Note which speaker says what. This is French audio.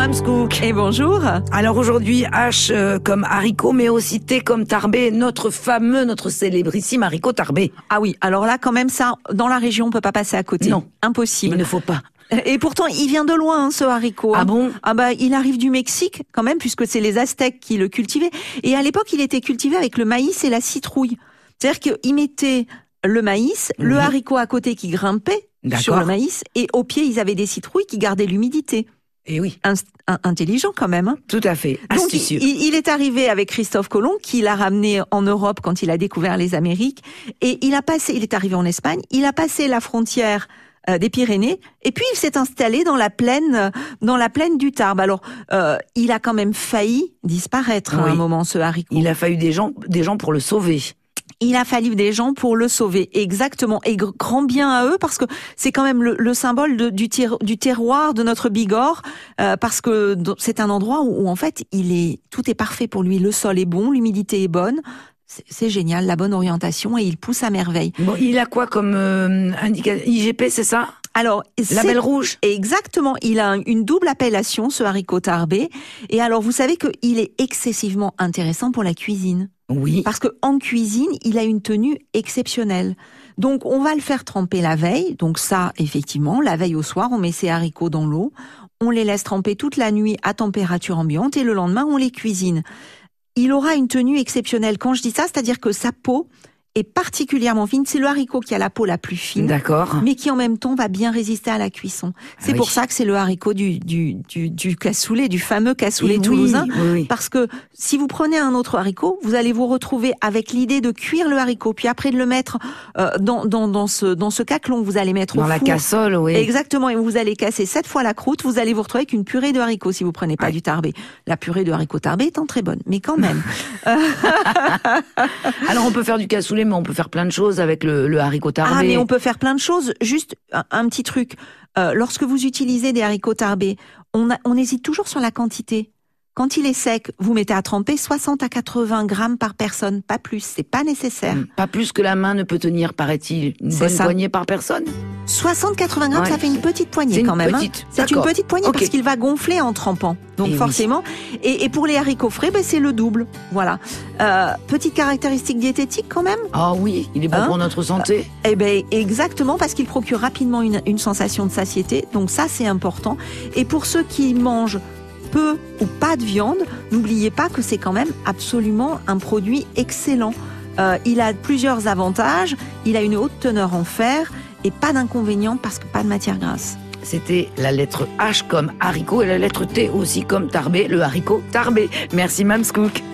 Speaker 1: Mamscook.
Speaker 2: Et bonjour.
Speaker 1: Alors aujourd'hui, H comme haricot, mais aussi T comme tarbé, notre célébrissime haricot tarbé.
Speaker 2: Ah oui, alors là quand même ça, dans la région on peut pas passer à côté.
Speaker 1: Non.
Speaker 2: Impossible.
Speaker 1: Il ne faut pas.
Speaker 2: Et pourtant, il vient de loin, ce haricot.
Speaker 1: Ah bon?
Speaker 2: Ah bah, il arrive du Mexique, quand même, puisque c'est les Aztèques qui le cultivaient. Et à l'époque, il était cultivé avec le maïs et la citrouille. C'est-à-dire qu'ils mettaient le maïs, le haricot à côté qui grimpait sur le maïs, et au pied, ils avaient des citrouilles qui gardaient l'humidité.
Speaker 1: Et oui.
Speaker 2: Intelligent quand même. Hein.
Speaker 1: Tout à fait. Astucieux.
Speaker 2: Donc, il est arrivé avec Christophe Colomb, qui l'a ramené en Europe quand il a découvert les Amériques. Et il est arrivé en Espagne, il a passé la frontière des Pyrénées, et puis il s'est installé dans la plaine du Tarbes. Alors, il a quand même failli disparaître à un moment, ce haricot.
Speaker 1: Il a fallu des gens pour le sauver.
Speaker 2: Il a fallu des gens pour le sauver, exactement. Et grand bien à eux, parce que c'est quand même le symbole du terroir de notre Bigorre, parce que c'est un endroit où en fait, tout est parfait pour lui. Le sol est bon, l'humidité est bonne. C'est génial, la bonne orientation, et il pousse à merveille.
Speaker 1: Bon, il a quoi comme indication? IGP, c'est ça?
Speaker 2: Alors,
Speaker 1: label rouge.
Speaker 2: Exactement. Il a une double appellation, ce haricot tarbé. Et alors, vous savez qu'il est excessivement intéressant pour la cuisine.
Speaker 1: Oui.
Speaker 2: Parce que en cuisine, il a une tenue exceptionnelle. Donc, on va le faire tremper la veille. Donc ça, effectivement, la veille au soir, on met ces haricots dans l'eau. On les laisse tremper toute la nuit à température ambiante, et le lendemain, on les cuisine. Il aura une tenue exceptionnelle. Quand je dis ça, c'est-à-dire que sa peau est particulièrement fine. C'est le haricot qui a la peau la plus fine.
Speaker 1: D'accord.
Speaker 2: Mais qui en même temps va bien résister à la cuisson. C'est pour ça que c'est le haricot du cassoulet, du fameux cassoulet toulousain.
Speaker 1: Oui.
Speaker 2: Parce que si vous prenez un autre haricot, vous allez vous retrouver avec l'idée de cuire le haricot, puis après de le mettre dans ce caclon, vous allez mettre au four.
Speaker 1: Dans la cassole, oui.
Speaker 2: Exactement. Et vous allez casser 7 fois la croûte. Vous allez vous retrouver avec une purée de haricots si vous prenez pas du tarbé. La purée de haricot tarbé étant très bonne, mais quand même.
Speaker 1: Alors on peut faire du cassoulet, mais on peut faire plein de choses avec le haricot tarbé.
Speaker 2: Ah, mais on peut faire plein de choses. Juste un petit truc. Lorsque vous utilisez des haricots tarbés, on hésite toujours sur la quantité. Quand il est sec, vous mettez à tremper 60 à 80 grammes par personne, pas plus, c'est pas nécessaire.
Speaker 1: Pas plus que la main ne peut tenir, paraît-il. Une bonne poignée par personne.
Speaker 2: 60-80 grammes, ça fait une petite poignée quand même. C'est une petite poignée parce qu'il va gonfler en trempant. Donc forcément. Et pour les haricots frais, c'est le double. Voilà. Petite caractéristique diététique quand même.
Speaker 1: Ah oui, il est bon pour notre santé.
Speaker 2: Exactement, parce qu'il procure rapidement une sensation de satiété. Donc ça, c'est important. Et pour ceux qui mangent peu ou pas de viande, n'oubliez pas que c'est quand même absolument un produit excellent. Il a plusieurs avantages, il a une haute teneur en fer et pas d'inconvénients parce que pas de matière grasse.
Speaker 1: C'était la lettre H comme haricot et la lettre T aussi comme tarbé, le haricot tarbé. Merci Mamscook.